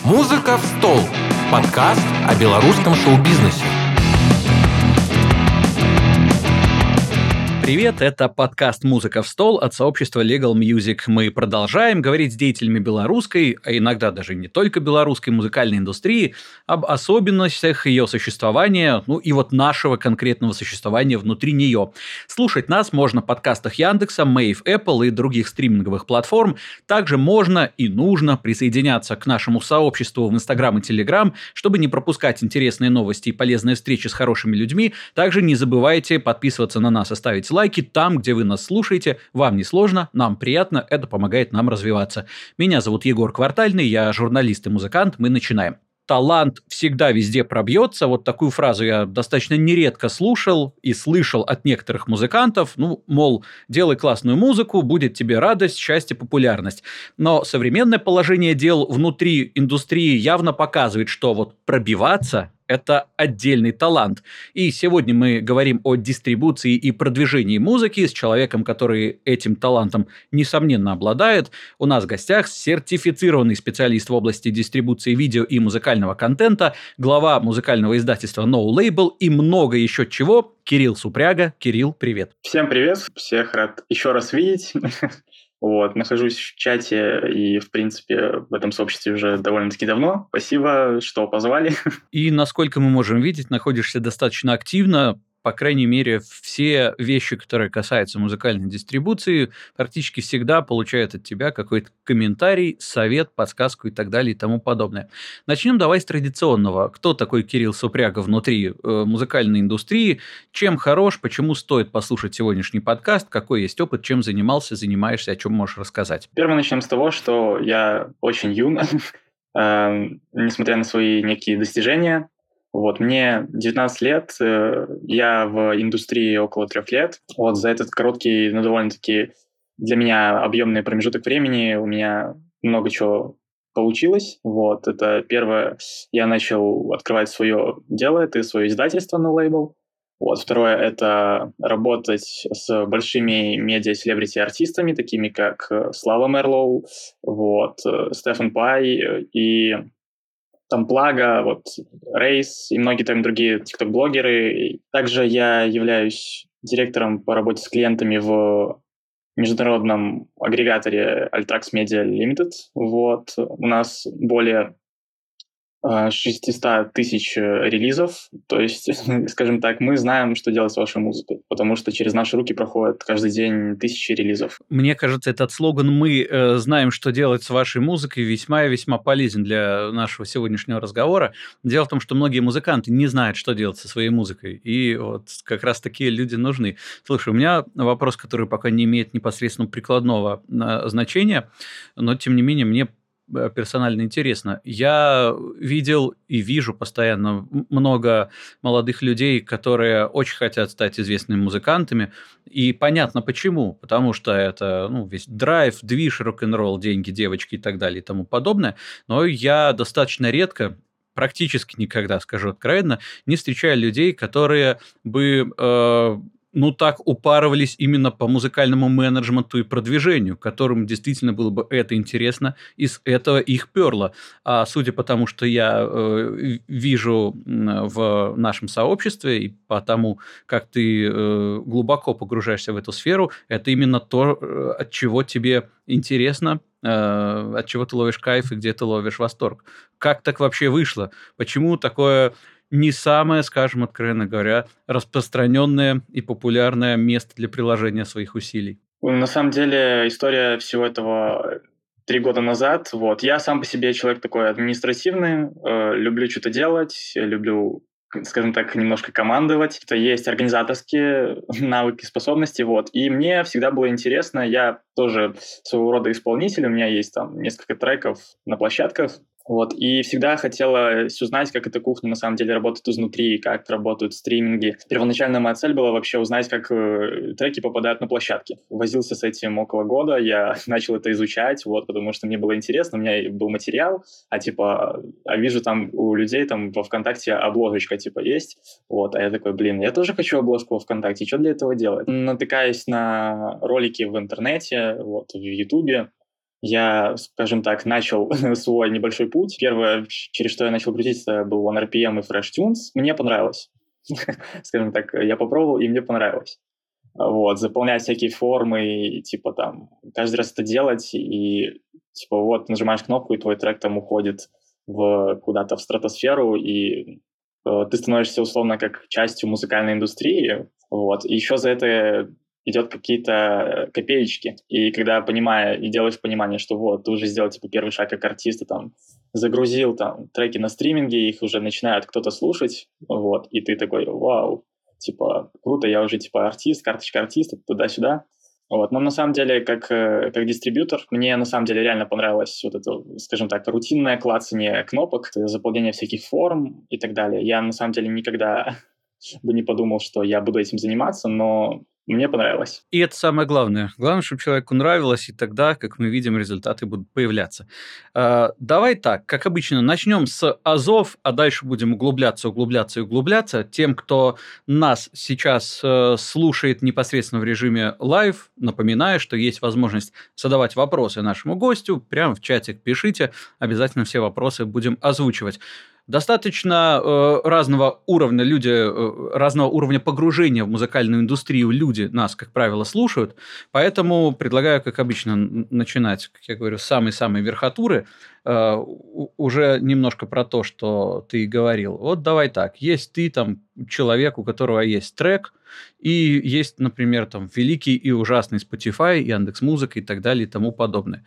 «Музыка в стол» – подкаст о белорусском шоу-бизнесе. Привет, это подкаст «Музыка в стол» от сообщества Legal Music. Мы продолжаем говорить с деятелями белорусской, а иногда даже не только белорусской музыкальной индустрии, об особенностях ее существования, и нашего конкретного существования внутри нее. Слушать нас можно в подкастах Яндекса, Мэйв, Apple и других стриминговых платформ. Также можно и нужно присоединяться к нашему сообществу в Instagram и Telegram, чтобы не пропускать интересные новости и полезные встречи с хорошими людьми. Также не забывайте подписываться на нас и ставить лайки там, где вы нас слушаете. Вам не сложно, нам приятно, это помогает нам развиваться. Меня зовут Егор Квартальный, я журналист и музыкант. Мы начинаем. Талант всегда везде пробьется. Вот такую фразу я достаточно нередко слушал и слышал от некоторых музыкантов. Мол, делай классную музыку, будет тебе радость, счастье, популярность. Но современное положение дел внутри индустрии явно показывает, что пробиваться – это отдельный талант. И сегодня мы говорим о дистрибуции и продвижении музыки с человеком, который этим талантом, несомненно, обладает. У нас в гостях сертифицированный специалист в области дистрибуции видео и музыкального контента, глава музыкального издательства No Label и много еще чего, Кирилл Супряга. Кирилл, привет. Всем привет, всех рад еще раз видеть. Нахожусь в чате и, в принципе, в этом сообществе уже довольно-таки давно. Спасибо, что позвали. И, насколько мы можем видеть, находишься достаточно активно. По крайней мере, все вещи, которые касаются музыкальной дистрибуции, практически всегда получают от тебя какой-то комментарий, совет, подсказку и так далее и тому подобное. Начнем давай с традиционного. Кто такой Кирилл Супряга внутри музыкальной индустрии? Чем хорош? Почему стоит послушать сегодняшний подкаст? Какой есть опыт? Чем занимался, занимаешься? О чем можешь рассказать? Первым начнем с того, что я очень юн, несмотря на свои некие достижения. Мне 19 лет, я в индустрии около 3 лет. За этот короткий, но довольно-таки для меня объемный промежуток времени у меня много чего получилось. Это первое, я начал открывать свое дело, это свое издательство No Label. Второе, это работать с большими медиа-селебрити-артистами, такими как Слава Мерлоу, Стефан Пай и Плага, Рейс и многие там другие тикток-блогеры. Также я являюсь директором по работе с клиентами в международном агрегаторе Altrax Media Limited. У нас более 600 тысяч релизов, то есть, скажем так, мы знаем, что делать с вашей музыкой, потому что через наши руки проходят каждый день тысячи релизов. Мне кажется, этот слоган «Мы знаем, что делать с вашей музыкой» весьма и весьма полезен для нашего сегодняшнего разговора. Дело в том, что многие музыканты не знают, что делать со своей музыкой, и как раз такие люди нужны. Слушай, у меня вопрос, который пока не имеет непосредственно прикладного значения, но, тем не менее, мне персонально интересно. Я видел и вижу постоянно много молодых людей, которые очень хотят стать известными музыкантами, и понятно почему. Потому что это весь драйв, движ, рок-н-ролл, деньги, девочки и так далее и тому подобное. Но я достаточно редко, практически никогда, скажу откровенно, не встречаю людей, которые бы так упарывались именно по музыкальному менеджменту и продвижению, которым действительно было бы это интересно, из этого их перло. А судя по тому, что я вижу в нашем сообществе и по тому, как ты глубоко погружаешься в эту сферу, это именно то, от чего тебе интересно, от чего ты ловишь кайф и где ты ловишь восторг. Как так вообще вышло? Почему такое не самое, скажем, откровенно говоря, распространенное и популярное место для приложения своих усилий? На самом деле история всего этого 3 года назад. Я сам по себе человек такой административный, люблю что-то делать, люблю, скажем так, немножко командовать. Это есть организаторские навыки, способности. И мне всегда было интересно, я тоже своего рода исполнитель, у меня есть там несколько треков на площадках. И всегда хотелось узнать, как эта кухня на самом деле работает изнутри, как работают стриминги. Первоначальная моя цель была вообще узнать, как треки попадают на площадки. Возился с этим около года, я начал это изучать, потому что мне было интересно, у меня был материал, а вижу там у людей там во ВКонтакте обложечка есть. А я такой, я тоже хочу обложку во ВКонтакте, что для этого делать? Натыкаюсь на ролики в интернете, в Ютубе, я, скажем так, начал свой небольшой путь. Первое, через что я начал крутиться, был OneRPM и FreshTunes. Мне понравилось. Скажем так, я попробовал, и мне понравилось. Вот, заполнять всякие формы, и, типа, там, каждый раз это делать, и, типа, вот, нажимаешь кнопку, и твой трек там уходит куда-то в стратосферу, и ты становишься, условно, как частью музыкальной индустрии, вот, и еще за это идет какие-то копеечки. И когда и делаешь понимание, что вот, ты уже сделал, типа, первый шаг как артиста, там, загрузил там треки на стриминге, их уже начинает кто-то слушать, вот, и ты такой, вау, типа, круто, я уже, типа, артист, карточка артиста, туда-сюда. Вот. Но на самом деле, как дистрибьютор, мне на самом деле реально понравилось вот это, скажем так, рутинное клацание кнопок, заполнение всяких форм и так далее. Я на самом деле никогда бы не подумал, что я буду этим заниматься, но мне понравилось. И это самое главное. Главное, чтобы человеку нравилось, и тогда, как мы видим, результаты будут появляться. Давай так, как обычно, начнем с азов, а дальше будем углубляться, углубляться и углубляться. Тем, кто нас сейчас слушает непосредственно в режиме лайв, напоминаю, что есть возможность задавать вопросы нашему гостю. Прямо в чатик пишите, обязательно все вопросы будем озвучивать. Достаточно разного уровня разного уровня погружения в музыкальную индустрию люди нас, как правило, слушают, поэтому предлагаю, как обычно, начинать, как я говорю, с самой-самой верхотуры, уже немножко про то, что ты говорил. Вот давай так, есть ты там человек, у которого есть трек, и есть, например, там великий и ужасный Spotify, Яндекс.Музыка и так далее и тому подобное.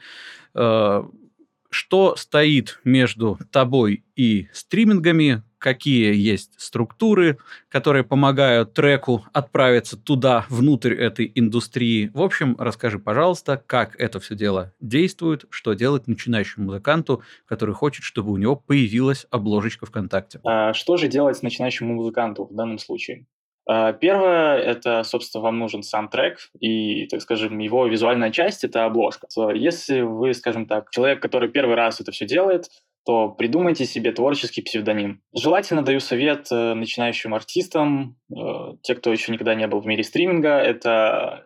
Что стоит между тобой и стримингами, какие есть структуры, которые помогают треку отправиться туда, внутрь этой индустрии. В общем, расскажи, пожалуйста, как это все дело действует, что делать начинающему музыканту, который хочет, чтобы у него появилась обложечка ВКонтакте. Что же делать начинающему музыканту в данном случае? Первое, это, собственно, вам нужен сам трек и, так скажем, его визуальная часть — это обложка. Если вы, скажем так, человек, который первый раз это все делает, то придумайте себе творческий псевдоним. Желательно даю совет начинающим артистам, те, кто еще никогда не был в мире стриминга, это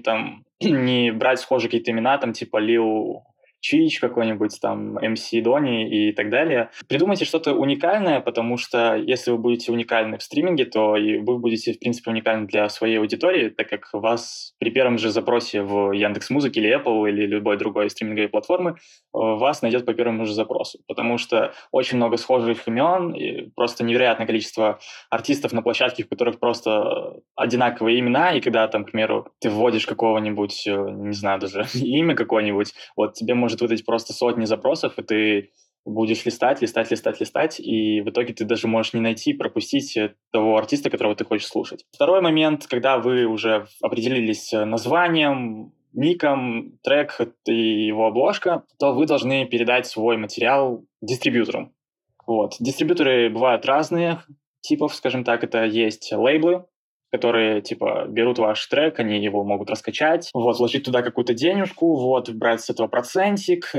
не брать схожие какие-то имена, там типа Лил Чич какой-нибудь, там, МС Дони и так далее. Придумайте что-то уникальное, потому что если вы будете уникальны в стриминге, то и вы будете, в принципе, уникальны для своей аудитории, так как вас при первом же запросе в Яндекс.Музыке или Apple или любой другой стриминговой платформы вас найдет по первому же запросу, потому что очень много схожих имен, и просто невероятное количество артистов на площадке, у которых просто одинаковые имена, и когда там, к примеру, ты вводишь какого-нибудь, не знаю, даже имя какое-нибудь, вот тебе может выдать просто сотни запросов, и ты будешь листать, и в итоге ты даже можешь не найти, пропустить того артиста, которого ты хочешь слушать. Второй момент, когда вы уже определились названием, ником, трек и его обложка, то вы должны передать свой материал дистрибьюторам. Вот. Дистрибьюторы бывают разные типов, скажем так, это есть лейблы, которые, типа, берут ваш трек, они его могут раскачать, вот, вложить туда какую-то денежку, вот, брать с этого процентик,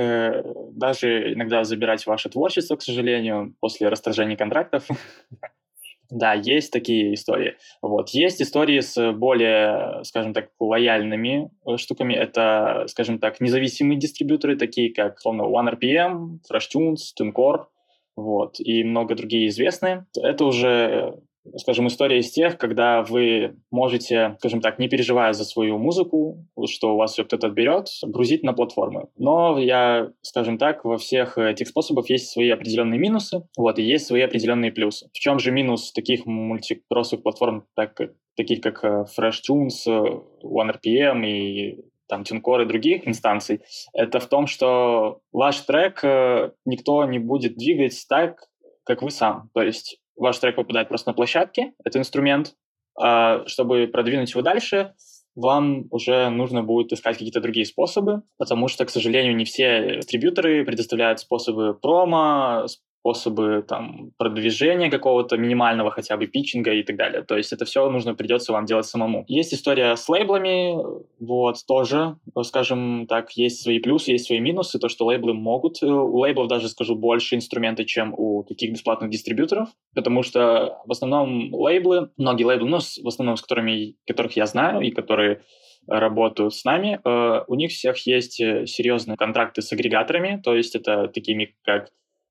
даже иногда забирать ваше творчество, к сожалению, после расторжения контрактов. Да, есть такие истории. Вот. Есть истории с более, скажем так, лояльными штуками. Это, скажем так, независимые дистрибьюторы, такие как, условно, OneRPM, FreshTunes, TuneCore, вот, и много другие известные. Это уже, скажем, история из тех, когда вы можете, скажем так, не переживая за свою музыку, что у вас все кто-то отберет, грузить на платформы. Но скажем так, во всех этих способах есть свои определенные минусы, вот, и есть свои определенные плюсы. В чем же минус таких мультикроссовых платформ, таких как FreshTunes, OneRPM и там TuneCore и других инстанций, это в том, что ваш трек никто не будет двигать так, как вы сам. То есть ваш трек попадает просто на площадке, это инструмент. А чтобы продвинуть его дальше, вам уже нужно будет искать какие-то другие способы, потому что, к сожалению, не все дистрибьюторы предоставляют способы промо, способы там продвижения какого-то минимального хотя бы питчинга и так далее. То есть это все придется вам делать самому. Есть история с лейблами, вот, тоже, скажем так, есть свои плюсы, есть свои минусы. То, что лейблы могут. У лейблов даже, скажу, больше инструменты, чем у таких бесплатных дистрибьюторов, потому что в основном многие лейблы, в основном с которых я знаю и которые работают с нами, у них всех есть серьезные контракты с агрегаторами, то есть это такими как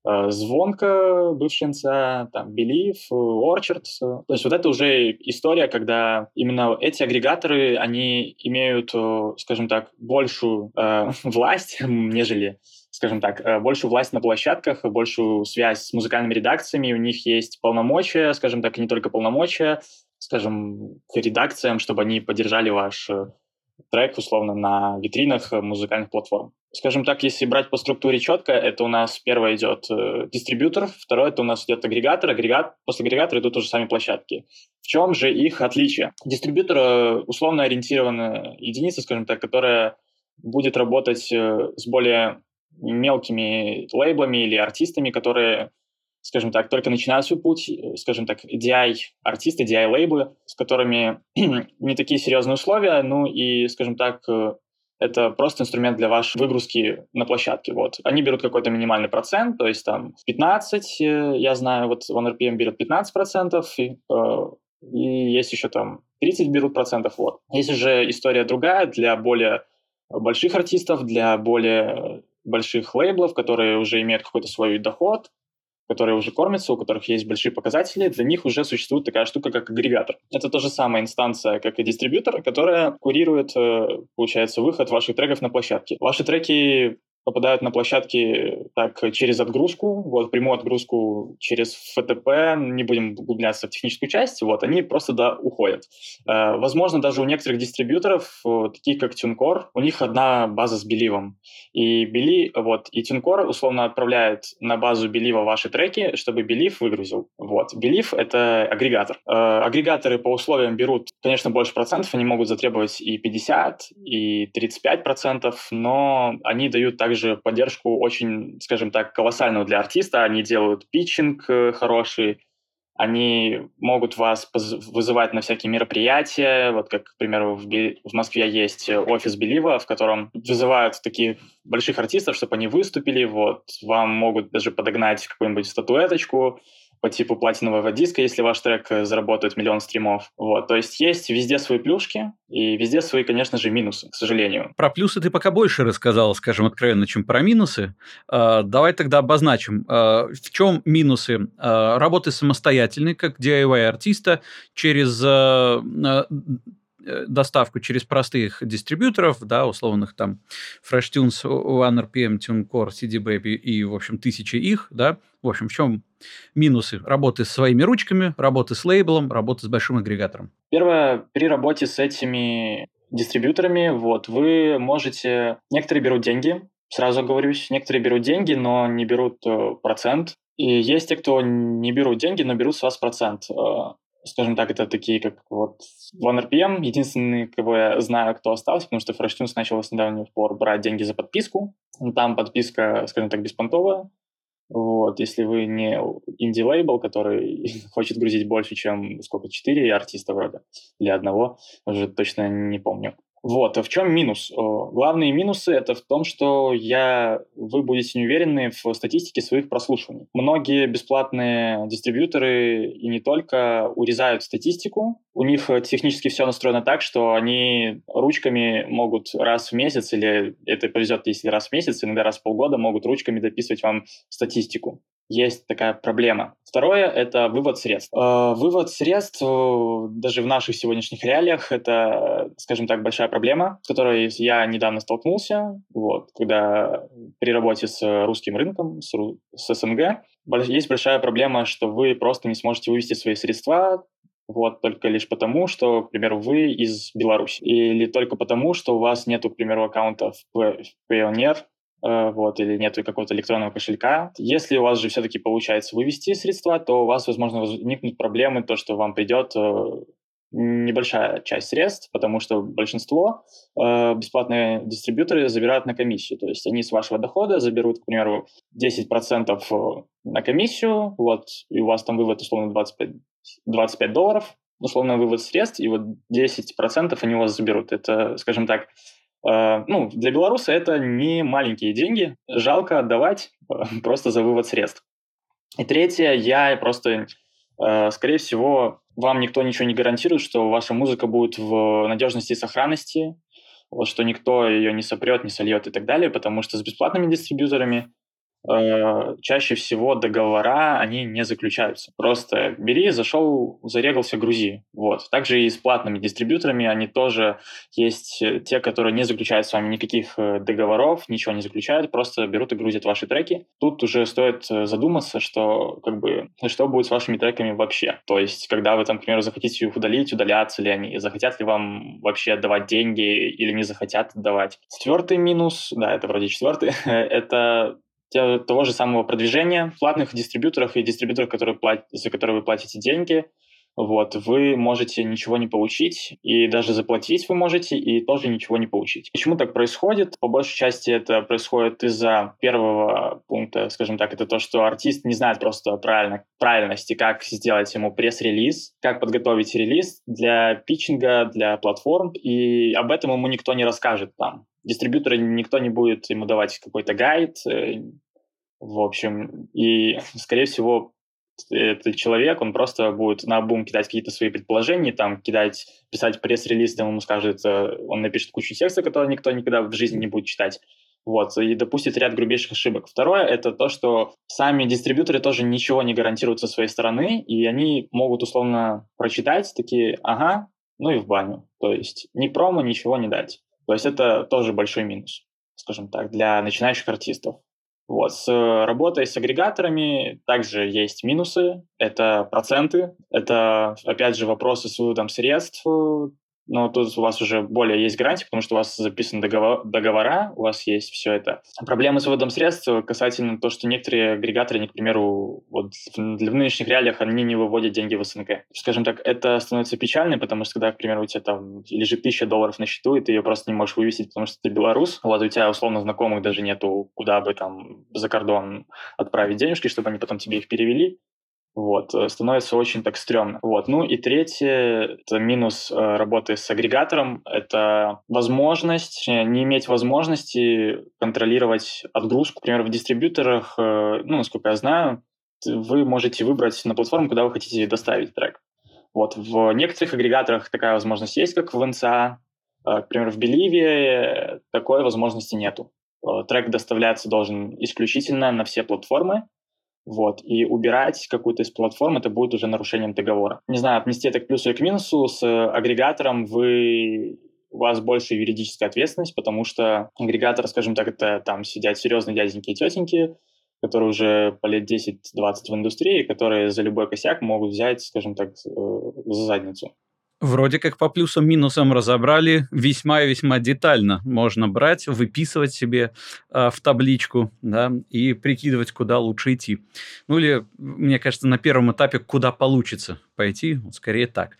Звонко, бывший НЦА, там, Believe, Orchard. То есть вот это уже история, когда именно эти агрегаторы, они имеют, скажем так, большую власть, нежели, скажем так, большую власть на площадках, большую связь с музыкальными редакциями, у них есть полномочия, скажем так, и не только полномочия, скажем, к редакциям, чтобы они поддержали ваш трек, условно, на витринах музыкальных платформ. Скажем так, если брать по структуре четко, это у нас первое идет дистрибьютор, второе это у нас идет агрегатор, после агрегатора идут уже сами площадки. В чем же их отличие? Дистрибьютор условно ориентированная единица, скажем так, которая будет работать с более мелкими лейблами или артистами, которые, скажем так, только начинают свой путь, скажем так, DI-артисты, DI-лейблы, с которыми не такие серьезные условия, ну и, скажем так, это просто инструмент для вашей выгрузки на площадке. Вот. Они берут какой-то минимальный процент, то есть там 15, я знаю, вот OneRPM берет 15%, и есть еще там 30 берут процентов. Вот. Есть же история другая для более больших артистов, для более больших лейблов, которые уже имеют какой-то свой доход, которые уже кормятся, у которых есть большие показатели, для них уже существует такая штука, как агрегатор. Это та же самая инстанция, как и дистрибьютор, которая курирует, получается, выход ваших треков на площадке. Ваши треки попадают на площадки так через отгрузку, вот, прямую отгрузку через FTP, не будем углубляться в техническую часть, вот, они просто уходят. Возможно, даже у некоторых дистрибьюторов, таких как TuneCore, у них одна база с Believe. И TuneCore условно отправляет на базу Believe ваши треки, чтобы Believe выгрузил. Вот. Believe — это агрегатор. Агрегаторы по условиям берут, конечно, больше процентов, они могут затребовать и 50, и 35%, но они дают также поддержку очень, скажем так, колоссальную для артиста. Они делают питчинг хороший, они могут вас вызывать на всякие мероприятия. Вот как, к примеру, в Москве есть офис Белива, в котором вызывают таких больших артистов, чтобы они выступили. Вот. Вам могут даже подогнать какую-нибудь статуэточку по типу платинового диска, если ваш трек заработает 1 000 000 стримов. Вот. То есть везде свои плюшки и везде свои, конечно же, минусы, к сожалению. Про плюсы ты пока больше рассказал, скажем откровенно, чем про минусы. Давай тогда обозначим, в чем минусы работы самостоятельной, как DIY-артиста, через доставку через простых дистрибьюторов, да, условных там FreshTunes, OneRPM, TuneCore, CD Baby и, в общем, тысячи их, да. В общем, в чем минусы работы с своими ручками, работы с лейблом, работы с большим агрегатором? Первое, при работе с этими дистрибьюторами, вот, вы можете... Некоторые берут деньги, сразу говорюсь, некоторые берут деньги, но не берут процент. И есть те, кто не берут деньги, но берут с вас процент. Скажем так, это такие, как вот OneRPM, единственный, кого я знаю, кто остался, потому что FreshTunes начал с недавних пор брать деньги за подписку. Там подписка, скажем так, беспонтовая. Вот, если вы не инди-лейбл, который хочет грузить больше, чем 4 артиста вроде, или одного, уже точно не помню. Вот, а в чем минус? Главные минусы — это в том, что вы будете неуверены в статистике своих прослушиваний. Многие бесплатные дистрибьюторы, и не только, урезают статистику. У них технически все настроено так, что они ручками могут раз в месяц, или это повезет, если раз в месяц, иногда раз в полгода, могут ручками дописывать вам статистику. Есть такая проблема. Второе — это вывод средств. Вывод средств даже в наших сегодняшних реалиях — это, скажем так, большая проблема, с которой я недавно столкнулся, вот, когда при работе с русским рынком, с СНГ, есть большая проблема, что вы просто не сможете вывести свои средства, вот, только лишь потому, что, к примеру, вы из Беларуси, или только потому, что у вас нету, к примеру, аккаунта в Payoneer, вот, или нет какого-то электронного кошелька. Если у вас же все-таки получается вывести средства, то у вас, возможно, возникнут проблемы, то, что вам придет небольшая часть средств, потому что большинство бесплатные дистрибьюторы забирают на комиссию. То есть они с вашего дохода заберут, к примеру, 10% на комиссию, вот, и у вас там вывод, условно, $25, условно, вывод средств, и вот 10% они у вас заберут. Это, скажем так, для белоруса это не маленькие деньги, жалко отдавать просто за вывод средств. И третье, скорее всего, вам никто ничего не гарантирует, что ваша музыка будет в надежности и сохранности. вот, что никто ее не сопрет, не сольет и так далее, потому что с бесплатными дистрибьюторами чаще всего договора, они не заключаются. Просто бери, зашел, зарегался, грузи. Вот. Также и с платными дистрибьюторами они тоже есть те, которые не заключают с вами никаких договоров, ничего не заключают, просто берут и грузят ваши треки. Тут уже стоит задуматься, что что будет с вашими треками вообще. То есть, когда вы там, к примеру, захотите их удалить, удалятся ли они, захотят ли вам вообще отдавать деньги или не захотят отдавать. Четвертый минус, да, это вроде четвертый, это того же самого продвижения платных дистрибьюторов и дистрибьюторов, за которые вы платите деньги, вот, вы можете ничего не получить, и даже заплатить вы можете, и тоже ничего не получить. Почему так происходит? По большей части это происходит из-за первого пункта, скажем так, это то, что артист не знает просто правильности, как сделать ему пресс-релиз, как подготовить релиз для питчинга, для платформ, и об этом ему никто не расскажет там. Дистрибьютора никто не будет ему давать какой-то гайд, в общем, и, скорее всего, этот человек, он просто будет наобум кидать какие-то свои предположения, там, писать пресс-релиз, там ему скажет, он напишет кучу текста, который никто никогда в жизни не будет читать, вот, и допустит ряд грубейших ошибок. Второе, это то, что сами дистрибьюторы тоже ничего не гарантируют со своей стороны, и они могут условно прочитать, такие, ага, ну и в баню, то есть ни промо, ничего не дать. То есть это тоже большой минус, скажем так, для начинающих артистов. Вот. С работой с агрегаторами также есть минусы. Это проценты, это, опять же, вопросы с выводом средств. Но тут у вас уже более есть гарантия, потому что у вас записаны договора, у вас есть все это. Проблемы с выводом средств касательно того, что некоторые агрегаторы, они, к примеру, вот в нынешних реалиях они не выводят деньги в СНГ. Скажем так, это становится печально, потому что когда, к примеру, у тебя там лежит $1000 на счету, и ты ее просто не можешь вывесить, потому что ты белорус, вот у тебя условно знакомых даже нету, куда бы там за кордон отправить денежки, чтобы они потом тебе их перевели. Вот, становится очень так стрёмно. Вот. Ну и третье, это минус работы с агрегатором, это не иметь возможности контролировать отгрузку. Например, в дистрибьюторах, насколько я знаю, вы можете выбрать на платформу, куда вы хотите доставить трек. Вот. В некоторых агрегаторах такая возможность есть, как в НЦА. К примеру, в Беливе такой возможности нету. Трек доставляться должен исключительно на все платформы. Вот, и убирать какую-то из платформ, это будет уже нарушением договора. Не знаю, отнести это к плюсу или к минусу, с агрегатором у вас больше юридическая ответственность, потому что агрегатор, скажем так, это там сидят серьезные дяденьки и тетеньки, которые уже по лет 10-20 в индустрии, которые за любой косяк могут взять, скажем так, за задницу. Вроде как по плюсам-минусам разобрали весьма и весьма детально. Можно брать, выписывать себе в табличку, да, и прикидывать, куда лучше идти. Ну или, мне кажется, на первом этапе, куда получится пойти, скорее так.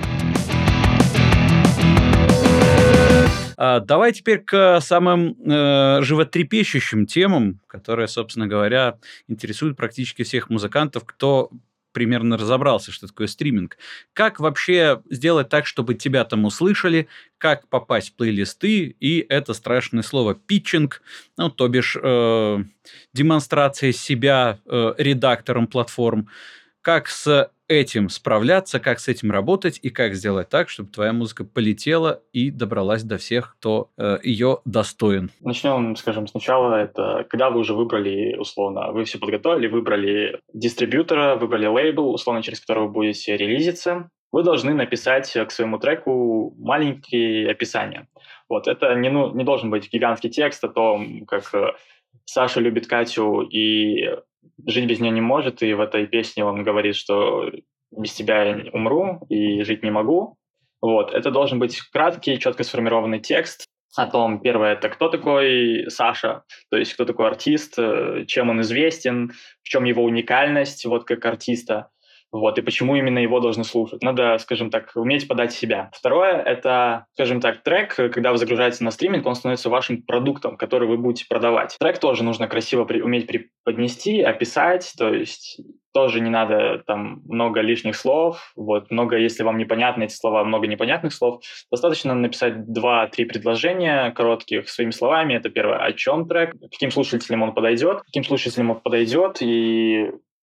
Давай теперь к самым животрепещущим темам, которые, собственно говоря, интересуют практически всех музыкантов, кто примерно разобрался, что такое стриминг. Как вообще сделать так, чтобы тебя там услышали, как попасть в плейлисты, и это страшное слово питчинг, то бишь демонстрация себя редактором платформ. Как с этим справляться, как с этим работать, и как сделать так, чтобы твоя музыка полетела и добралась до всех, кто ее достоин. Начнем, скажем, сначала. Это когда вы уже выбрали, условно, вы все подготовили, выбрали дистрибьютора, выбрали лейбл, условно, через который вы будете релизиться, вы должны написать к своему треку маленькие описания. Вот, это не должен быть гигантский текст о том, как Саша любит Катю и жить без нее не может, и в этой песне он говорит, что без тебя я умру и жить не могу. Вот. Это должен быть краткий, четко сформированный текст о том, первое, это кто такой Саша, то есть кто такой артист, чем он известен, в чем его уникальность вот как артиста. Вот, и почему именно его должны слушать. Надо, скажем так, уметь подать себя. Второе — это, скажем так, трек, когда вы загружаете на стриминг, он становится вашим продуктом, который вы будете продавать. Трек тоже нужно красиво уметь преподнести, описать, то есть тоже не надо там много лишних слов, вот, если вам непонятны эти слова, много непонятных слов, достаточно написать 2-3 предложения коротких своими словами. Это первое, о чем трек, каким слушателям он подойдет, и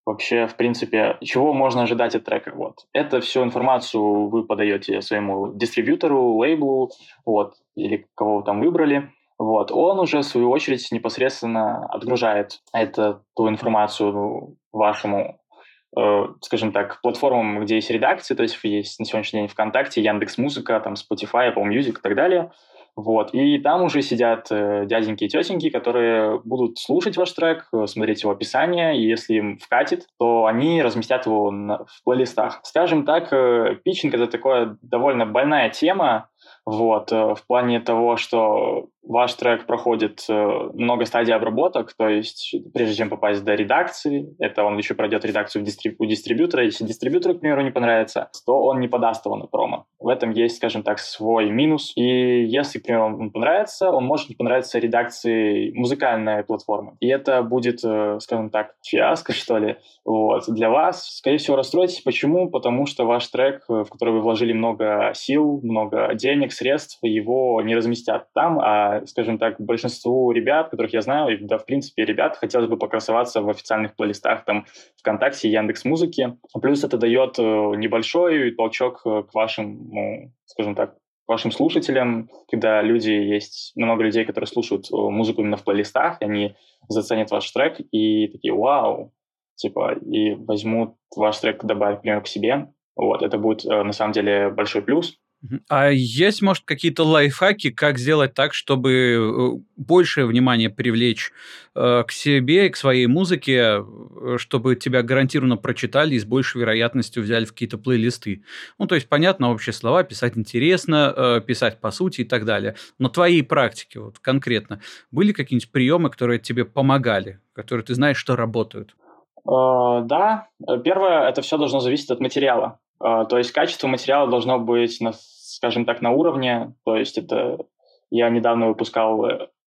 вообще, в принципе, чего можно ожидать от трека. Вот. Это всю информацию вы подаете своему дистрибьютору, лейблу, вот, или кого вы там выбрали. Вот. Он уже, в свою очередь, непосредственно отгружает ту информацию вашему, скажем так, платформам, где есть редакции, то есть есть на сегодняшний день ВКонтакте, Яндекс.Музыка, там Spotify, Apple Music и так далее. Вот. И там уже сидят дяденьки и тетеньки, которые будут слушать ваш трек, смотреть его описание, и если им вкатит, то они разместят его в плейлистах. Скажем так, питчинг — это такая довольно больная тема, вот, в плане того, что ваш трек проходит много стадий обработок, то есть прежде чем попасть до редакции, это он еще пройдет редакцию у дистрибьютора. Если дистрибьютору, к примеру, не понравится, то он не подаст его на промо. В этом есть, скажем так, свой минус. И если, к примеру, он понравится, он может не понравиться редакции музыкальной платформы. И это будет, скажем так, фиаско, что ли, вот, для вас. Скорее всего, расстроитесь. Почему? Потому что ваш трек, в который вы вложили много сил, много денег, средств, его не разместят там, скажем так, большинству ребят, которых я знаю, и, да, в принципе, ребят, хотелось бы покрасоваться в официальных плейлистах там ВКонтакте, Яндекс.Музыке. Плюс это дает небольшой толчок к вашим, скажем так, вашим слушателям, когда есть много людей, которые слушают музыку именно в плейлистах, и они заценят ваш трек и такие: вау, типа, и возьмут ваш трек, добавить, например, к себе. Вот, это будет на самом деле большой плюс. А есть, может, какие-то лайфхаки, как сделать так, чтобы большее внимание привлечь к себе, к своей музыке, чтобы тебя гарантированно прочитали и с большей вероятностью взяли в какие-то плейлисты? Ну, то есть, понятно, общие слова, писать интересно, писать по сути и так далее. Но твоей практике вот конкретно были какие-нибудь приемы, которые тебе помогали, которые ты знаешь, что работают? Да. Первое, это все должно зависеть от материала. То есть качество материала должно быть, скажем так, на уровне. То есть это я недавно выпускал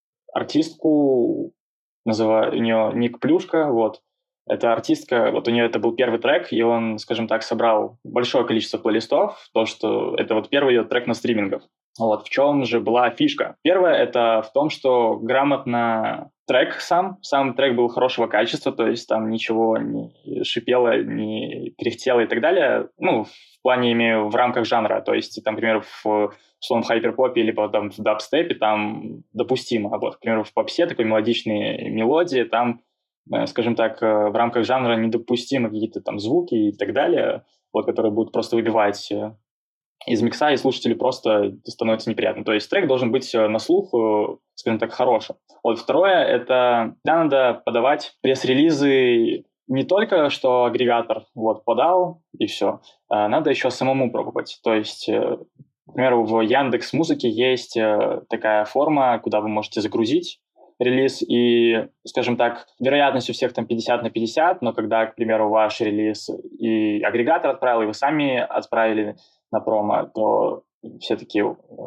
артистку, у нее ник Плюшка, вот. Это артистка, вот у нее это был первый трек, и он, скажем так, собрал большое количество плейлистов, то, что это вот первый ее трек на стримингах. Вот в чем же была фишка? Первое, это в том, что грамотно трек сам трек был хорошего качества, то есть там ничего не шипело, не кряхтело и так далее. Ну, в плане имею в рамках жанра, то есть, там, например, в хайперпопе или там в дабстепе там допустимо. А вот, к примеру, в попсе такой мелодичные мелодии, там, скажем так, в рамках жанра недопустимы какие-то там звуки и так далее, вот, которые будут просто выбивать из микса, и слушателю просто становится неприятно. То есть трек должен быть на слух, скажем так, хорошим. Вот второе, это всегда надо подавать пресс-релизы не только, что агрегатор вот подал, и все. Надо еще самому пробовать. То есть, к примеру, в Яндекс.Музыке есть такая форма, куда вы можете загрузить релиз, и, скажем так, вероятность у всех там 50/50, но когда, к примеру, ваш релиз и агрегатор отправил, и вы сами отправили на промо, то все-таки,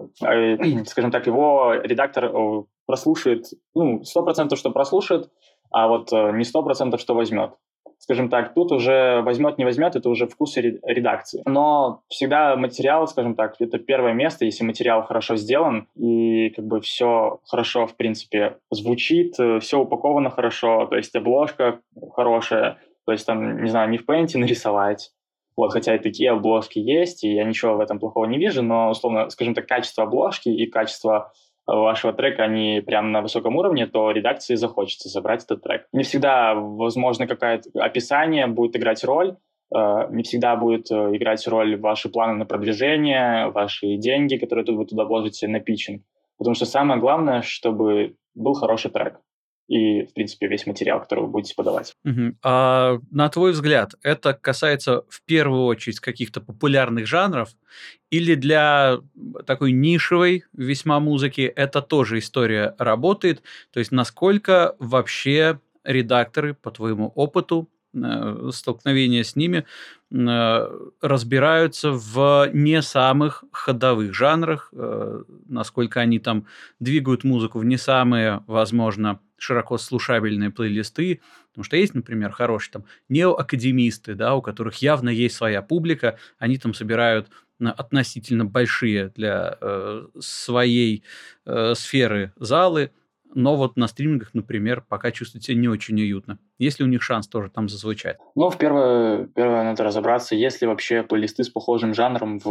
скажем так, его редактор прослушает, 100%, что прослушает, а вот не 100%, что возьмет. Скажем так, тут уже возьмет, не возьмет, это уже вкус редакции. Но всегда материал, скажем так, это первое место, если материал хорошо сделан, и как бы все хорошо, в принципе, звучит, все упаковано хорошо, то есть обложка хорошая, то есть там, не знаю, не в Paint нарисовать. Вот, хотя и такие обложки есть, и я ничего в этом плохого не вижу, но, условно, скажем так, качество обложки и качество вашего трека, они прям на высоком уровне, то редакции захочется забрать этот трек. Не всегда, возможно, какое-то описание будет играть роль, не всегда будет играть роль ваши планы на продвижение, ваши деньги, которые вы туда вложите на питчинг. Потому что самое главное, чтобы был хороший трек. И, в принципе, весь материал, который вы будете подавать. А на твой взгляд, это касается в первую очередь каких-то популярных жанров или для такой нишевой весьма музыки это тоже история работает? То есть насколько вообще редакторы, по твоему опыту, столкновения с ними, разбираются в не самых ходовых жанрах, насколько они там двигают музыку в не самые, возможно, широко слушабельные плейлисты, потому что есть, например, хорошие там неоакадемисты, да, у которых явно есть своя публика, они там собирают относительно большие для своей сферы залы, но вот на стримингах, например, пока чувствуют себя не очень уютно. Есть ли у них шанс тоже там зазвучать? Ну, первое надо разобраться, есть ли вообще плейлисты с похожим жанром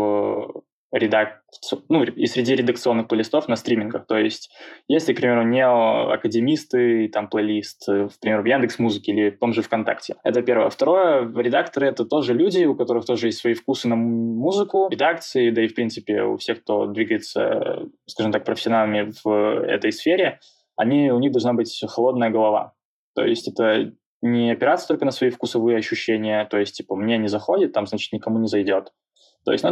ну, и среди редакционных плейлистов на стримингах. То есть, если, к примеру, неоакадемисты, там плейлист, к примеру, в Яндекс.Музыке или в том же ВКонтакте. Это первое. Второе, редакторы — это тоже люди, у которых тоже есть свои вкусы на музыку, редакции, да и, в принципе, у всех, кто двигается, скажем так, профессионалами в этой сфере, у них должна быть холодная голова. То есть это не опираться только на свои вкусовые ощущения, то есть, типа, мне не заходит, там, значит, никому не зайдет. То есть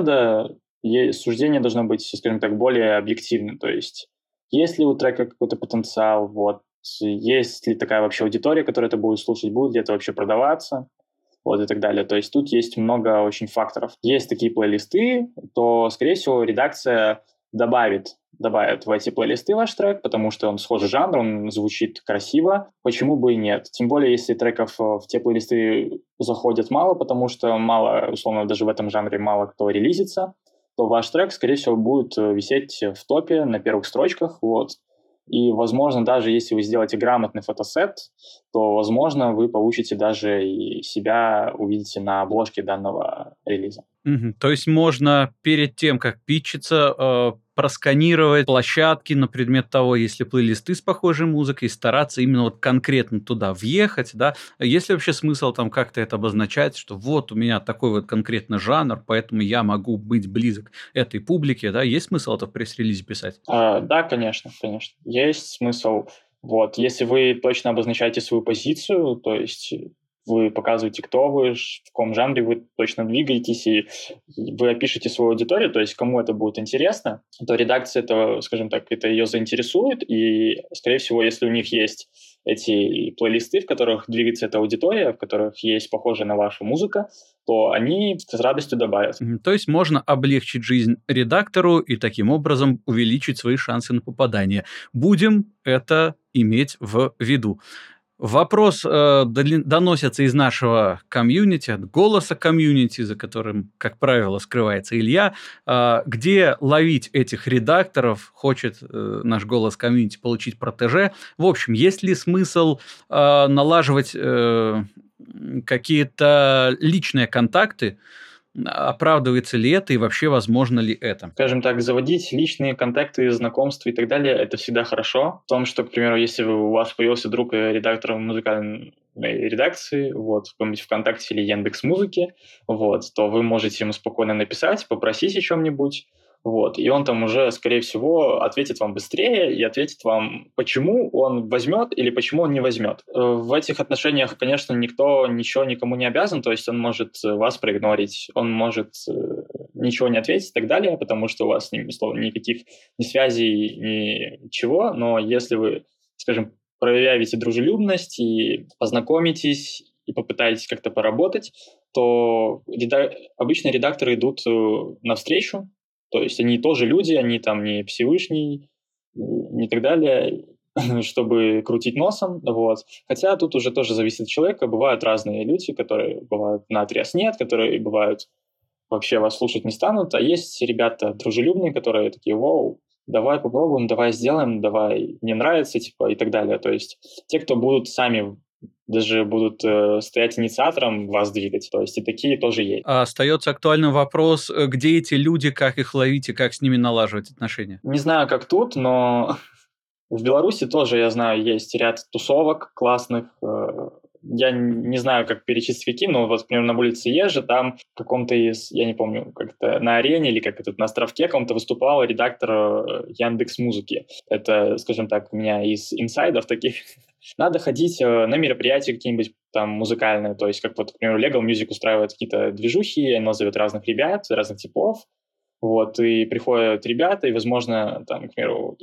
суждение должно быть, скажем так, более объективным, то есть есть ли у трека какой-то потенциал, вот, есть ли такая вообще аудитория, которая это будет слушать, будет ли это вообще продаваться, вот, и так далее. То есть тут есть много очень факторов. Есть такие плейлисты, то, скорее всего, редакция добавит в эти плейлисты ваш трек, потому что он схожий жанр, он звучит красиво, почему бы и нет. Тем более, если треков в те плейлисты заходят мало, потому что мало, условно, даже в этом жанре мало кто релизится, то ваш трек, скорее всего, будет висеть в топе на первых строчках, вот. И, возможно, даже если вы сделаете грамотный фотосет, то, возможно, вы получите даже и себя увидите на обложке данного релиза. То есть можно перед тем, как питчиться, просканировать площадки на предмет того, есть ли плейлисты с похожей музыкой, и стараться именно вот конкретно туда въехать, да? Есть ли вообще смысл там как-то это обозначать, что вот у меня такой вот конкретно жанр, поэтому я могу быть близок этой публике, да? Есть смысл это в пресс-релизе писать? Да, конечно. Есть смысл. Вот, если вы точно обозначаете свою позицию, то есть вы показываете, кто вы, в каком жанре вы точно двигаетесь, и вы опишете свою аудиторию, то есть кому это будет интересно, то редакция этого, скажем так, это ее заинтересует, и, скорее всего, если у них есть эти плейлисты, в которых двигается эта аудитория, в которых есть похожая на вашу музыка, то они с радостью добавят. То есть можно облегчить жизнь редактору и таким образом увеличить свои шансы на попадание. Будем это иметь в виду. Вопрос доносится из нашего комьюнити, от голоса комьюнити, за которым, как правило, скрывается Илья. Где ловить этих редакторов, хочет наш голос комьюнити получить протеже. В общем, есть ли смысл налаживать какие-то личные контакты, оправдывается ли это и вообще возможно ли это? Скажем так, заводить личные контакты, знакомства и так далее, это всегда хорошо. В том, что, к примеру, если у вас появился друг редактор музыкальной редакции, вот, в каком-нибудь ВКонтакте или Яндекс.Музыке, вот, то вы можете ему спокойно написать, попросить о чем-нибудь, вот, и он там уже, скорее всего, ответит вам быстрее и ответит вам, почему он возьмет или почему он не возьмет. В этих отношениях, конечно, никто ничего никому не обязан, то есть он может вас проигнорить, он может ничего не ответить и так далее, потому что у вас с ним, условно, никаких ни связей, ничего, но если вы, скажем, проявите дружелюбность и познакомитесь, и попытаетесь как-то поработать, то обычно редакторы идут навстречу, то есть они тоже люди, они там не Всевышний, не так далее, чтобы крутить носом, вот. Хотя тут уже тоже зависит от человека. Бывают разные люди, которые бывают наотрез нет, которые бывают вообще вас слушать не станут, а есть ребята дружелюбные, которые такие: вау, давай попробуем, давай сделаем, давай, мне нравится, типа, и так далее. То есть те, кто будут сами даже будут стоять инициатором вас двигать. То есть и такие тоже есть. Остается актуальным вопрос, где эти люди, как их ловить и как с ними налаживать отношения? Не знаю, как тут, но в Беларуси тоже, я знаю, есть ряд тусовок классных. Я не знаю, как перечислить какие, но вот, например, на улице Ежи, там в каком-то из, я не помню, как-то на арене или как это, на островке каком-то выступал редактор Яндекс.Музыки. Это, скажем так, у меня из инсайдов таких. Надо ходить на мероприятия какие-нибудь там музыкальные, то есть как вот, к примеру, Legal Music устраивает какие-то движухи, оно зовет разных ребят, разных типов, вот, и приходят ребята, и, возможно, там, к примеру,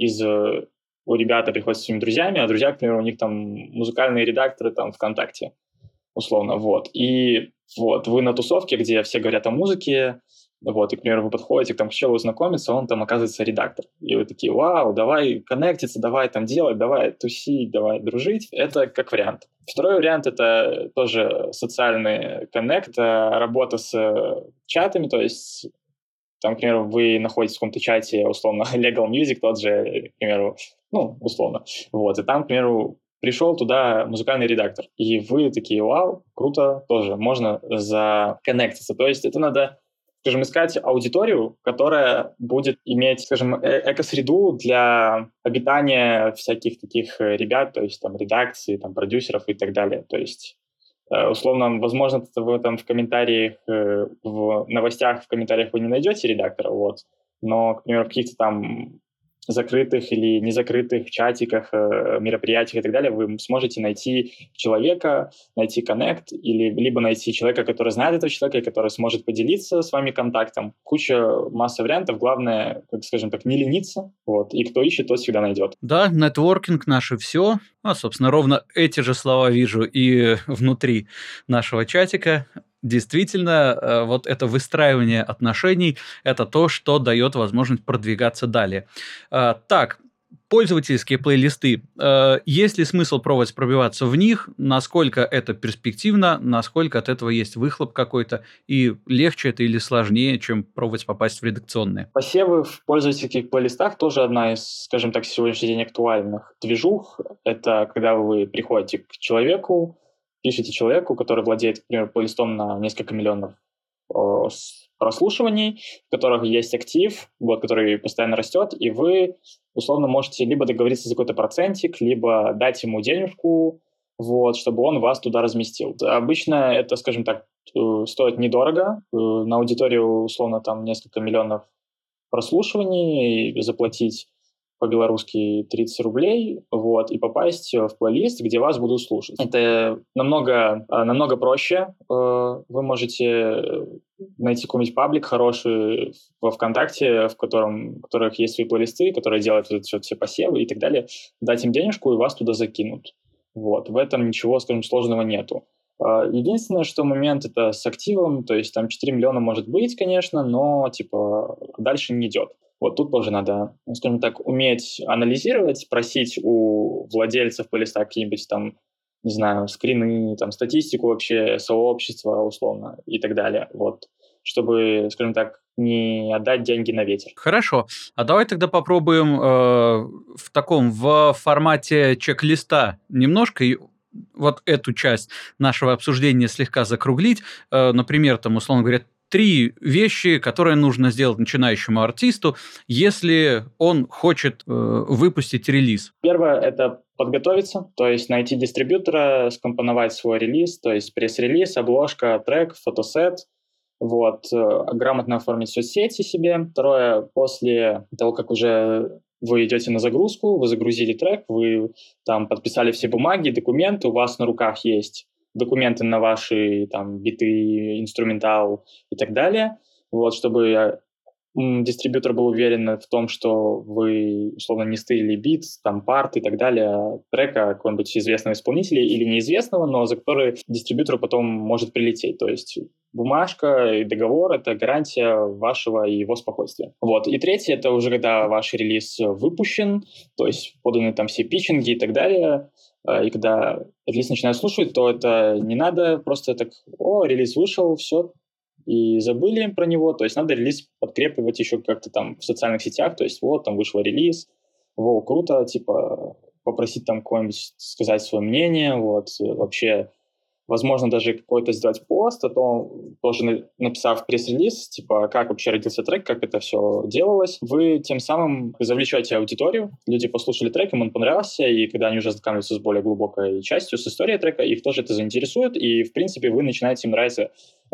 у ребята приходят со своими друзьями, а друзья, к примеру, у них там музыкальные редакторы там ВКонтакте, условно, вот. И вот вы на тусовке, где все говорят о музыке, вот, и, к примеру, вы подходите там к челу знакомиться, он там оказывается редактор. И вы такие: вау, давай коннектиться, давай там делать, давай тусить, давай дружить. Это как вариант. Второй вариант — это тоже социальный коннект, работа с чатами, то есть там, к примеру, вы находитесь в каком-то чате, условно, Legal Music, тот же, к примеру, ну, условно, вот, и там, к примеру, пришел туда музыкальный редактор, и вы такие, вау, круто, тоже можно законнектиться. То есть это надо, скажем, искать аудиторию, которая будет иметь, скажем, экосреду для обитания всяких таких ребят, то есть там редакции, там продюсеров и так далее. То есть условно, возможно, вы там в комментариях, в новостях, в комментариях вы не найдете редактора, вот, но, к примеру, в каких-то там закрытых или незакрытых чатиках, мероприятиях и так далее, вы сможете найти человека, найти коннект, или либо найти человека, который знает этого человека, и который сможет поделиться с вами контактом. Масса вариантов. Главное, как скажем так, не лениться. Вот. И кто ищет, тот всегда найдет. Да, нетворкинг наше все. Собственно, ровно эти же слова вижу и внутри нашего чатика. Действительно, вот это выстраивание отношений – это то, что дает возможность продвигаться далее. Так, пользовательские плейлисты. Есть ли смысл пробовать пробиваться в них? Насколько это перспективно? Насколько от этого есть выхлоп какой-то? И легче это или сложнее, чем пробовать попасть в редакционные? Посевы в пользовательских плейлистах тоже одна из, скажем так, сегодняшний день актуальных движух. Это когда вы приходите к человеку, пишите человеку, который владеет, например, плейлистом на несколько миллионов прослушиваний, в которых есть актив, вот, который постоянно растет, и вы, условно, можете либо договориться за какой-то процентик, либо дать ему денежку, вот, чтобы он вас туда разместил. Обычно это, скажем так, стоит недорого. На аудиторию, условно, там несколько миллионов прослушиваний, и заплатить по-белорусски 30 рублей, вот, и попасть в плейлист, где вас будут слушать. Это намного проще. Вы можете найти какой-нибудь паблик хороший во ВКонтакте, в которых есть свои плейлисты, которые делают все посевы и так далее, дать им денежку, и вас туда закинут. Вот. В этом ничего, скажем, сложного нету. Единственное, что момент это с активом, то есть там 4 миллиона может быть, конечно, но типа дальше не идет. Вот тут тоже надо, скажем так, уметь анализировать, просить у владельцев плейлиста какие-нибудь там, не знаю, скрины, там, статистику вообще сообщества, условно, и так далее, вот, чтобы, скажем так, не отдать деньги на ветер. Хорошо. А давай тогда попробуем в формате чек-листа немножко вот эту часть нашего обсуждения слегка закруглить. Например, там, условно говоря, 3 вещи, которые нужно сделать начинающему артисту, если он хочет выпустить релиз. Первое – это подготовиться, то есть найти дистрибьютора, скомпоновать свой релиз, то есть пресс-релиз, обложка, трек, фотосет, вот, грамотно оформить соцсети себе. Второе, после того, как уже вы идете на загрузку, вы загрузили трек, вы там подписали все бумаги, документы, у вас на руках есть документы на ваши там биты, инструментал и так далее, вот, чтобы дистрибьютор был уверен в том, что вы, условно, не стырили бит, там, парт и так далее, трека какого-нибудь известного исполнителя или неизвестного, но за который дистрибьютору потом может прилететь. То есть бумажка и договор — это гарантия вашего и его спокойствия. Вот. И третье — это уже когда ваш релиз выпущен, то есть поданы там все питчинги и так далее, и когда релиз начинают слушать, то это не надо просто так, релиз вышел, все, и забыли про него, то есть надо релиз подкрепливать еще как-то там в социальных сетях, то есть вот там вышел релиз, круто, типа попросить там кого-нибудь сказать свое мнение, вот, вообще, возможно, даже какой-то сделать пост, а то тоже написав пресс-релиз, типа, как вообще родился трек, как это все делалось, вы тем самым завлечете аудиторию, люди послушали трек, им он понравился, и когда они уже знакомятся с более глубокой частью, с историей трека, их тоже это заинтересует, и, в принципе, вы начинаете им нравиться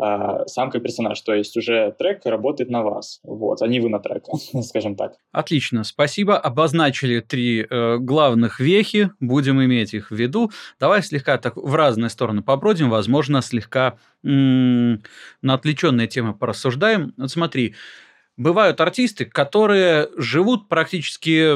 сам как персонаж, то есть уже трек работает на вас, вот, а не вы на трек, скажем так. Отлично, спасибо. Обозначили 3 главных вехи, будем иметь их в виду. Давай слегка так в разные стороны побродим, возможно, слегка на отвлеченные темы порассуждаем. Вот смотри, бывают артисты, которые живут практически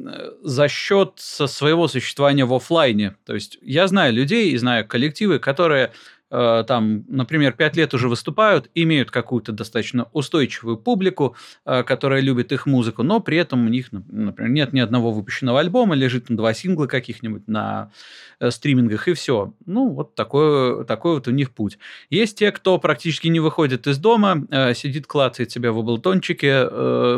за счет своего существования в офлайне. То есть я знаю людей и знаю коллективы, которые там, например, 5 лет уже выступают, имеют какую-то достаточно устойчивую публику, которая любит их музыку, но при этом у них, например, нет ни одного выпущенного альбома, лежит 2 сингла каких-нибудь на стримингах, и все. Ну, вот такой вот у них путь. Есть те, кто практически не выходит из дома, сидит, клацает себя в облтончике,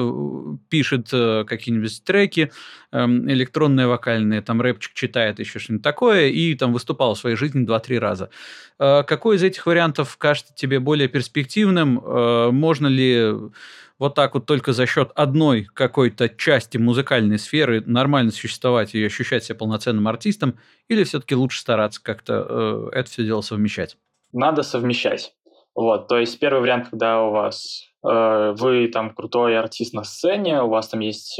пишет какие-нибудь треки, электронные, вокальные, там рэпчик читает, еще что-нибудь такое, и там выступал в своей жизни 2-3 раза. Какой из этих вариантов кажется тебе более перспективным? Можно ли вот так вот только за счет одной какой-то части музыкальной сферы нормально существовать и ощущать себя полноценным артистом? Или все-таки лучше стараться как-то это все дело совмещать? Надо совмещать. Вот, то есть первый вариант, когда у вас вы там крутой артист на сцене, у вас там есть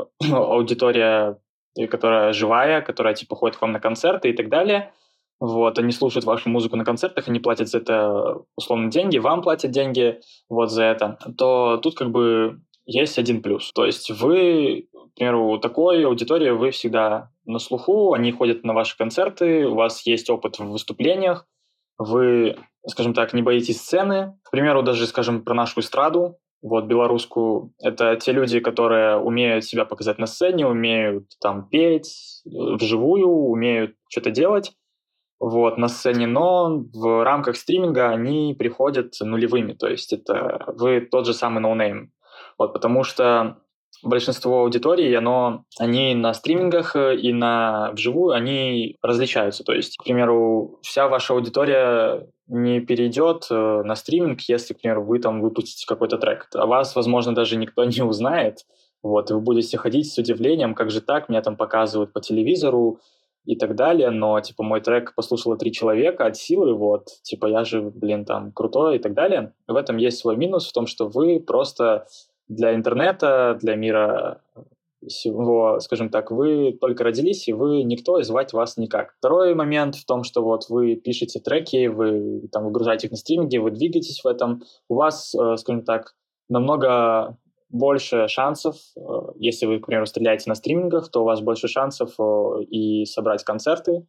аудитория, которая живая, которая типа ходит к вам на концерты и так далее. Вот, они слушают вашу музыку на концертах, они платят за это условно деньги, вам платят деньги вот за это, то тут как бы есть один плюс. То есть вы, к примеру, у такой аудитории вы всегда на слуху, они ходят на ваши концерты, у вас есть опыт в выступлениях, вы, скажем так, не боитесь сцены. К примеру, даже, скажем, про нашу эстраду, вот, белорусскую, это те люди, которые умеют себя показать на сцене, умеют там петь вживую, умеют что-то делать, вот, на сцене, но в рамках стриминга они приходят нулевыми, то есть это вы тот же самый ноунейм. Вот, потому что большинство аудитории, они на стримингах и на вживую, они различаются. То есть, к примеру, вся ваша аудитория не перейдет на стриминг, если, к примеру, вы там выпустите какой-то трек. А вас, возможно, даже никто не узнает, вот, и вы будете ходить с удивлением, как же так, меня там показывают по телевизору, и так далее, но, типа, мой трек послушало 3 человека от силы, вот, типа, я же, там, крутой и так далее. В этом есть свой минус, в том, что вы просто для интернета, для мира всего, скажем так, вы только родились, и вы никто, и звать вас никак. Второй момент в том, что вот вы пишете треки, вы там выгружаете их на стриминге, вы двигаетесь в этом, у вас, скажем так, намного больше шансов, если вы, к примеру, стреляете на стримингах, то у вас больше шансов и собрать концерты,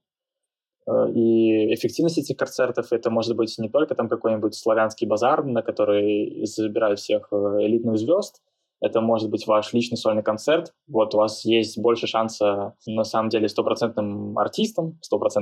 и эффективность этих концертов это может быть не только там какой-нибудь славянский базар, на который забирают всех элитных звезд, это может быть ваш личный сольный концерт. Вот у вас есть больше шанса на самом деле стопроцентным артистом,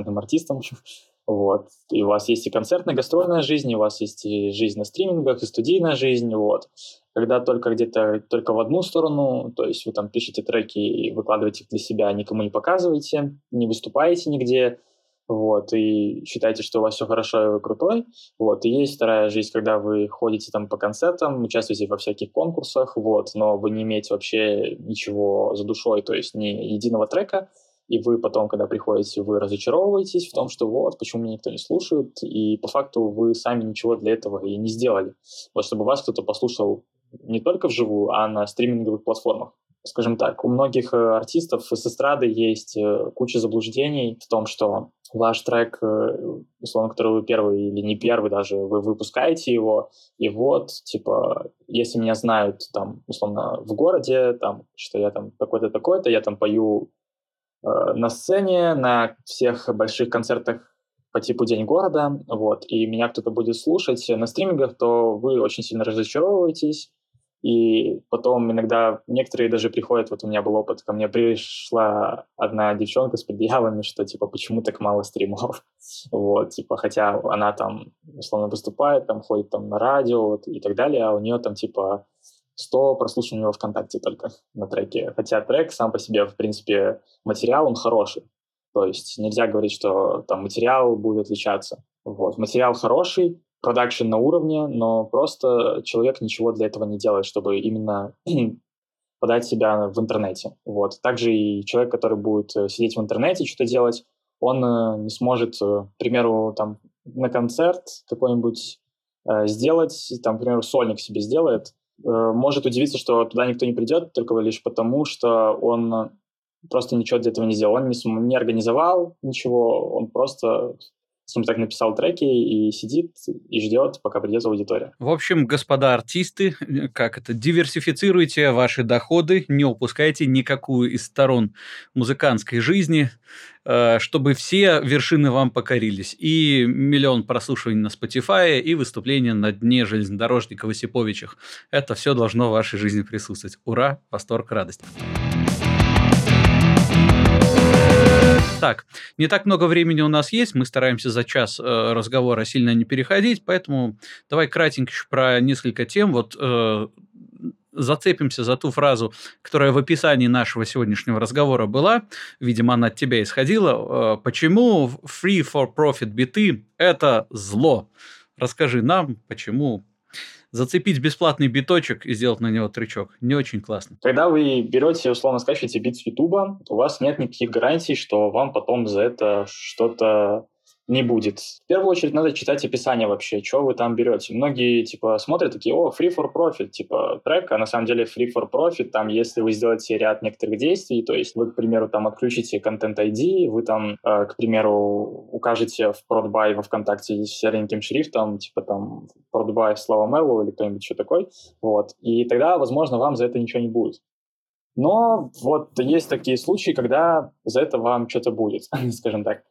вот. И у вас есть и концертная, гастрольная жизнь, и у вас есть и жизнь на стримингах, и студийная жизнь, вот. Когда только в одну сторону, то есть вы там пишете треки и выкладываете их для себя, никому не показываете, не выступаете нигде, вот, и считаете, что у вас все хорошо, и вы крутой, вот, и есть вторая жизнь, когда вы ходите там по концертам, участвуете во всяких конкурсах, вот, но вы не имеете вообще ничего за душой, то есть ни единого трека, и вы потом, когда приходите, вы разочаровываетесь в том, что вот, почему меня никто не слушает, и по факту вы сами ничего для этого и не сделали, вот, чтобы вас кто-то послушал не только вживую, а на стриминговых платформах. Скажем так, у многих артистов с эстрады есть куча заблуждений в том, что ваш трек, условно, который вы первый или не первый даже, вы выпускаете его, и вот, типа, если меня знают там, условно, в городе, там, что я там такой-то, такой-то, я там пою на сцене, на всех больших концертах по типу День города, вот, и меня кто-то будет слушать на стримингах, то вы очень сильно разочаровываетесь, и потом иногда некоторые даже приходят, вот у меня был опыт, ко мне пришла одна девчонка с предъявами, что, типа, почему так мало стримов, вот, типа, хотя она там, условно, выступает, там, ходит там на радио вот, и так далее, а у нее там, типа, 100 прослушиваний у него ВКонтакте только на треке, хотя трек сам по себе, в принципе, материал, он хороший, то есть нельзя говорить, что там материал будет отличаться, вот, материал хороший, продакшн на уровне, но просто человек ничего для этого не делает, чтобы именно подать себя в интернете. Вот. Также и человек, который будет сидеть в интернете, что-то делать, он не сможет, к примеру, там, на концерт какой-нибудь сделать, там, к примеру, сольник себе сделает, может удивиться, что туда никто не придет, только лишь потому, что он просто ничего для этого не сделал. Он не организовал ничего, он просто скажем так, написал треки и сидит и ждет, пока придет аудитория. В общем, господа артисты, диверсифицируйте ваши доходы, не упускайте никакую из сторон музыкантской жизни, чтобы все вершины вам покорились. И миллион прослушиваний на Spotify, и выступления на дне железнодорожника в Осиповичах. Это все должно в вашей жизни присутствовать. Ура, восторг, радость. Так, не так много времени у нас есть, мы стараемся за час разговора сильно не переходить, поэтому давай кратенько еще про несколько тем. Зацепимся за ту фразу, которая в описании нашего сегодняшнего разговора была. Видимо, она от тебя исходила. Почему free for profit биты – это зло? Расскажи нам, почему зацепить бесплатный биточек и сделать на него трючок не очень классно. Когда вы берете, условно скачиваете бит с Ютуба, у вас нет никаких гарантий, что вам потом за это что-то не будет. В первую очередь надо читать описание вообще, что вы там берете. Многие, смотрят такие, free for profit, трек, а на самом деле free for profit, там, если вы сделаете ряд некоторых действий, то есть вы, к примеру, там, отключите Content ID, вы там, к примеру, укажете в ProdBuy во ВКонтакте сереньким шрифтом, ProdBuy Slava Melo или кто-нибудь еще такой, и тогда, возможно, вам за это ничего не будет. Но есть такие случаи, когда за это вам что-то будет, скажем так.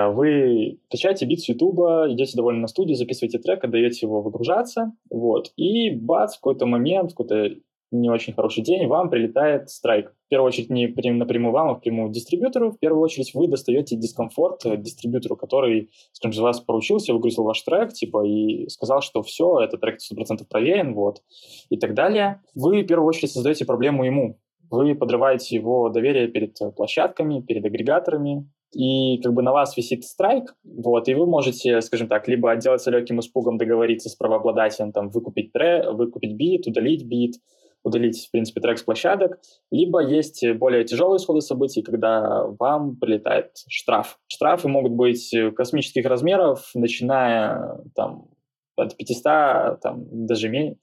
Вы качаете бит с Ютуба, идете довольно на студию, записываете трек, отдаете его выгружаться, и бац, в какой-то момент, в какой-то не очень хороший день вам прилетает страйк. В первую очередь не напрямую вам, а напрямую дистрибьютору. В первую очередь вы достаете дискомфорт дистрибьютору, который, скажем, за вас поручился, выгрузил ваш трек, и сказал, что все, этот трек 100% проверен, и так далее. Вы в первую очередь создаете проблему ему. Вы подрываете его доверие перед площадками, перед агрегаторами, и на вас висит страйк, и вы можете, скажем так, либо отделаться легким испугом, договориться с правообладателем, выкупить бит, удалить, в принципе, трек с площадок, либо есть более тяжелые исходы событий, когда вам прилетает штраф. Штрафы могут быть космических размеров, начиная от 500, даже менее.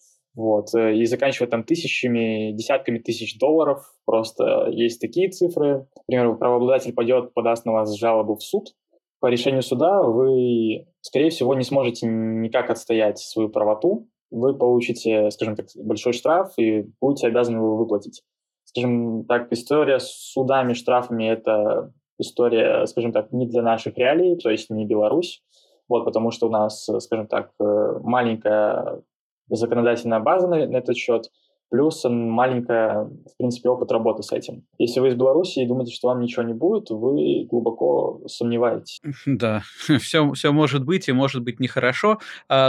И заканчивая тысячами, десятками тысяч долларов. Просто есть такие цифры. Например, правообладатель подаст на вас жалобу в суд. По решению суда вы, скорее всего, не сможете никак отстоять свою правоту. Вы получите, скажем так, большой штраф и будете обязаны его выплатить. Скажем так, история с судами, штрафами – это история, скажем так, не для наших реалий, то есть не Беларусь. Потому что у нас, скажем так, маленькая законодательная база на этот счет, плюс маленькая, в принципе, опыт работы с этим. Если вы из Беларуси и думаете, что вам ничего не будет, вы глубоко сомневаетесь. Да, все может быть и может быть нехорошо.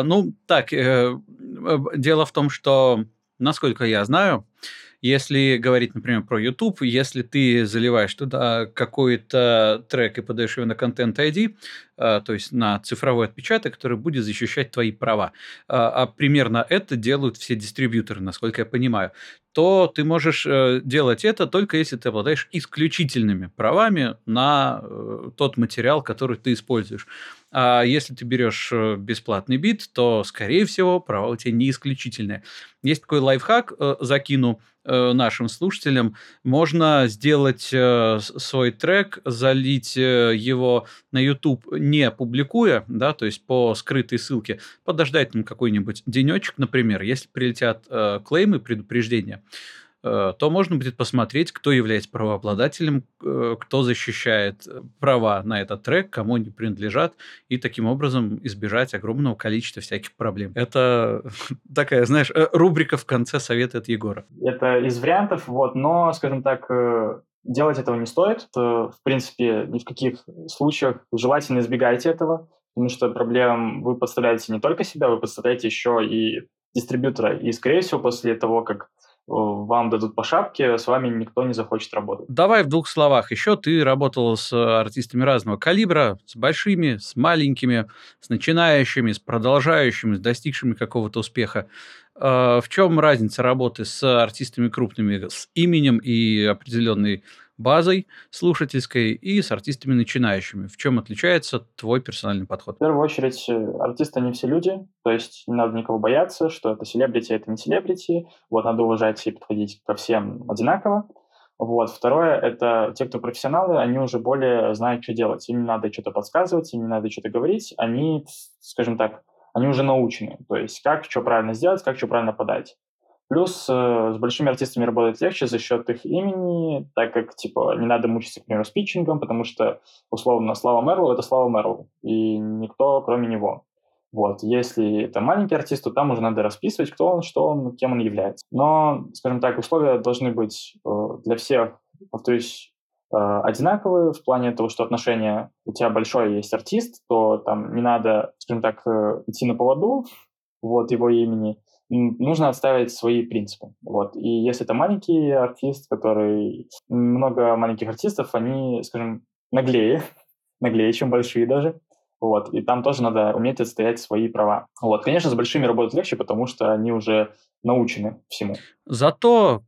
Дело в том, что, насколько я знаю, если говорить, например, про YouTube, если ты заливаешь туда какой-то трек и подаешь его на Content ID, то есть на цифровой отпечаток, который будет защищать твои права, а примерно это делают все дистрибьюторы, насколько я понимаю, то ты можешь делать это только если ты обладаешь исключительными правами на тот материал, который ты используешь. А если ты берешь бесплатный бит, то, скорее всего, права у тебя не исключительные. Есть такой лайфхак, закину нашим слушателям. Можно сделать свой трек, залить его на YouTube, не публикуя, да, то есть по скрытой ссылке, подождать какой-нибудь денечек, например, если прилетят клеймы, предупреждения, то можно будет посмотреть, кто является правообладателем, кто защищает права на этот трек, кому они принадлежат, и таким образом избежать огромного количества всяких проблем. Это такая, знаешь, рубрика в конце совета от Егора. Это из вариантов, но, скажем так, делать этого не стоит. В принципе, ни в каких случаях желательно избегайте этого, потому что проблем вы подставляете не только себя, вы подставляете еще и дистрибьютора. И, скорее всего, после того, как вам дадут по шапке, с вами никто не захочет работать. Давай в двух словах. Еще ты работал с артистами разного калибра, с большими, с маленькими, с начинающими, с продолжающими, с достигшими какого-то успеха. В чем разница работы с артистами крупными, с именем и определенной базой слушательской, и с артистами начинающими? В чем отличается твой персональный подход? В первую очередь, артисты не все люди, то есть не надо никого бояться, что это селебрити, это не селебрити. Надо уважать и подходить ко всем одинаково. Вот. Второе — это те, кто профессионалы, они уже более знают, что делать. Им не надо что-то подсказывать, им не надо что-то говорить. Они, скажем так, они уже научены. То есть как, что правильно сделать, как, что правильно подать. Плюс с большими артистами работать легче за счет их имени, так как, типа, не надо мучиться, к примеру, с питчингом, потому что, условно, Слава Мэрлоу — это Слава Мэрлоу, и никто, кроме него. Вот. Если это маленький артист, то там уже надо расписывать, кто он, что он, кем он является. Но, скажем так, условия должны быть для всех, повторюсь, одинаковые в плане того, что отношения у тебя большой есть артист, то там не надо, скажем так, идти на поводу вот, его имени. Нужно отстаивать свои принципы. Вот. И если это маленький артист, который... Много маленьких артистов, они, скажем, наглее, чем большие даже. Вот. И там тоже надо уметь отстоять свои права. Вот. Конечно, с большими работать легче, потому что они уже научены всему. Зато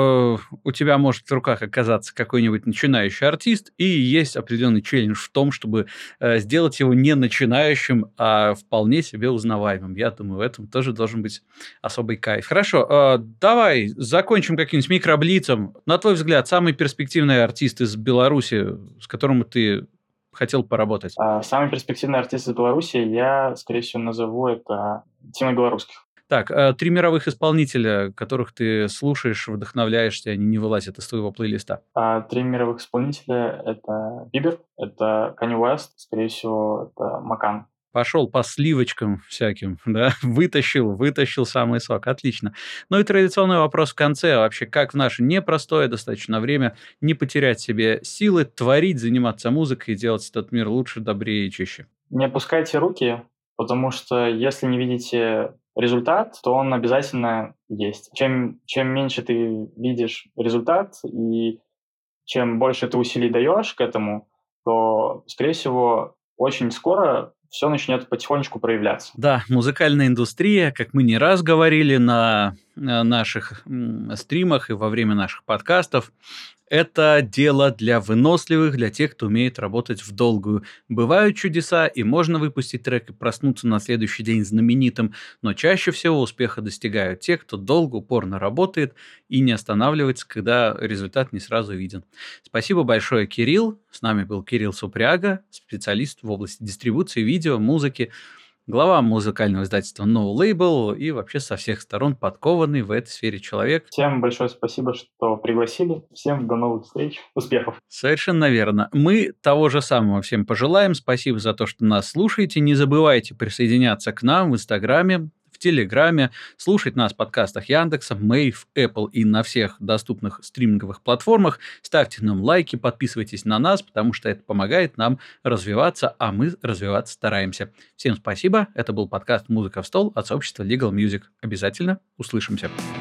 у тебя может в руках оказаться какой-нибудь начинающий артист, и есть определенный челлендж в том, чтобы сделать его не начинающим, а вполне себе узнаваемым. Я думаю, в этом тоже должен быть особый кайф. Хорошо, давай закончим каким-нибудь микроблицом. На твой взгляд, самый перспективный артист из Беларуси, с которым ты хотел поработать? Самый перспективный артист из Беларуси я, скорее всего, назову это Тима Белорусских. Так, 3 мировых исполнителя, которых ты слушаешь, вдохновляешься, они не вылазят из твоего плейлиста. 3 мировых исполнителя — это Бибер, это Канье Уэст, скорее всего, это Макан. Пошел по сливочкам всяким, да, вытащил самый сок, отлично. Ну и традиционный вопрос в конце, вообще, как в наше непростое достаточно время не потерять себе силы, творить, заниматься музыкой и делать этот мир лучше, добрее и чище? Не опускайте руки, потому что если не видите результат, то он обязательно есть. Чем меньше ты видишь результат и чем больше ты усилий даешь к этому, то, скорее всего, очень скоро все начнет потихонечку проявляться. Да, музыкальная индустрия, как мы не раз говорили на наших стримах и во время наших подкастов, это дело для выносливых, для тех, кто умеет работать в долгую. Бывают чудеса, и можно выпустить трек и проснуться на следующий день знаменитым, но чаще всего успеха достигают те, кто долго, упорно работает и не останавливается, когда результат не сразу виден. Спасибо большое, Кирилл. С нами был Кирилл Супряга, специалист в области дистрибуции видео, музыки, глава музыкального издательства No Label и вообще со всех сторон подкованный в этой сфере человек. Всем большое спасибо, что пригласили. Всем до новых встреч. Успехов. Совершенно верно. Мы того же самого всем пожелаем. Спасибо за то, что нас слушаете. Не забывайте присоединяться к нам в Инстаграме, в Телеграме, слушать нас в подкастах Яндекса, Мэйв, Apple и на всех доступных стриминговых платформах. Ставьте нам лайки, подписывайтесь на нас, потому что это помогает нам развиваться, а мы развиваться стараемся. Всем спасибо. Это был подкаст «Музыка в стол» от сообщества Legal Music. Обязательно услышимся.